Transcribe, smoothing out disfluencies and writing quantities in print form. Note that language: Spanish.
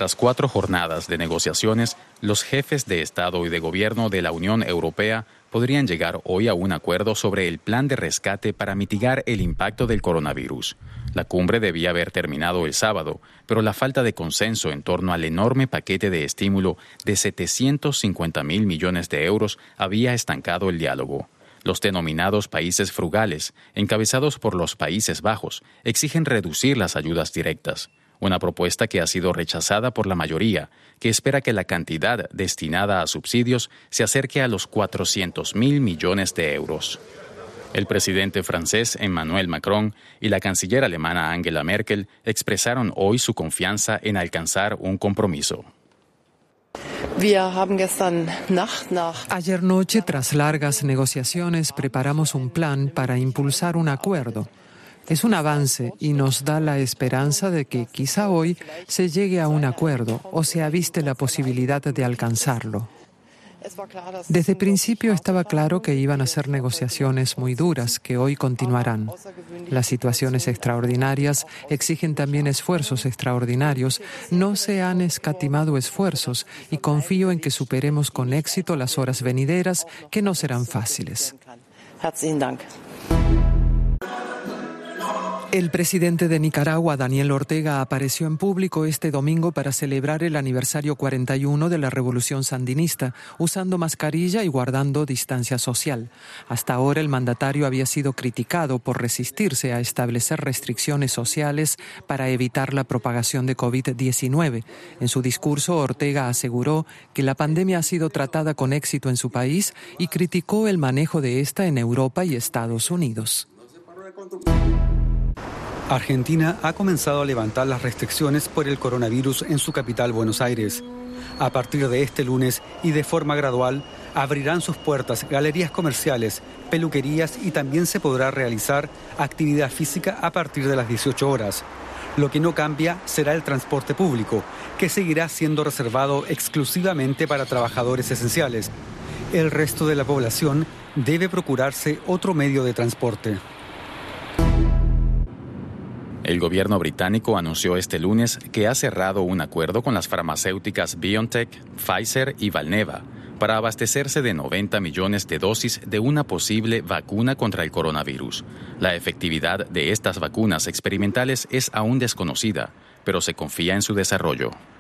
Tras 4 jornadas de negociaciones, los jefes de Estado y de Gobierno de la Unión Europea podrían llegar hoy a un acuerdo sobre el plan de rescate para mitigar el impacto del coronavirus. La cumbre debía haber terminado el sábado, pero la falta de consenso en torno al enorme paquete de estímulo de 750.000 millones de euros había estancado el diálogo. Los denominados países frugales, encabezados por los Países Bajos, exigen reducir las ayudas directas. Una propuesta que ha sido rechazada por la mayoría, que espera que la cantidad destinada a subsidios se acerque a los 400.000 millones de euros. El presidente francés Emmanuel Macron y la canciller alemana Angela Merkel expresaron hoy su confianza en alcanzar un compromiso. Ayer noche, tras largas negociaciones, preparamos un plan para impulsar un acuerdo. Es un avance y nos da la esperanza de que quizá hoy se llegue a un acuerdo o se aviste la posibilidad de alcanzarlo. Desde el principio estaba claro que iban a ser negociaciones muy duras, que hoy continuarán. Las situaciones extraordinarias exigen también esfuerzos extraordinarios. No se han escatimado esfuerzos y confío en que superemos con éxito las horas venideras, que no serán fáciles. El presidente de Nicaragua, Daniel Ortega, apareció en público este domingo para celebrar el aniversario 41 de la Revolución Sandinista, usando mascarilla y guardando distancia social. Hasta ahora el mandatario había sido criticado por resistirse a establecer restricciones sociales para evitar la propagación de COVID-19. En su discurso, Ortega aseguró que la pandemia ha sido tratada con éxito en su país y criticó el manejo de esta en Europa y Estados Unidos. Argentina ha comenzado a levantar las restricciones por el coronavirus en su capital, Buenos Aires. A partir de este lunes y de forma gradual, abrirán sus puertas galerías comerciales, peluquerías y también se podrá realizar actividad física a partir de las 18 horas. Lo que no cambia será el transporte público, que seguirá siendo reservado exclusivamente para trabajadores esenciales. El resto de la población debe procurarse otro medio de transporte. El gobierno británico anunció este lunes que ha cerrado un acuerdo con las farmacéuticas BioNTech, Pfizer y Valneva para abastecerse de 90 millones de dosis de una posible vacuna contra el coronavirus. La efectividad de estas vacunas experimentales es aún desconocida, pero se confía en su desarrollo.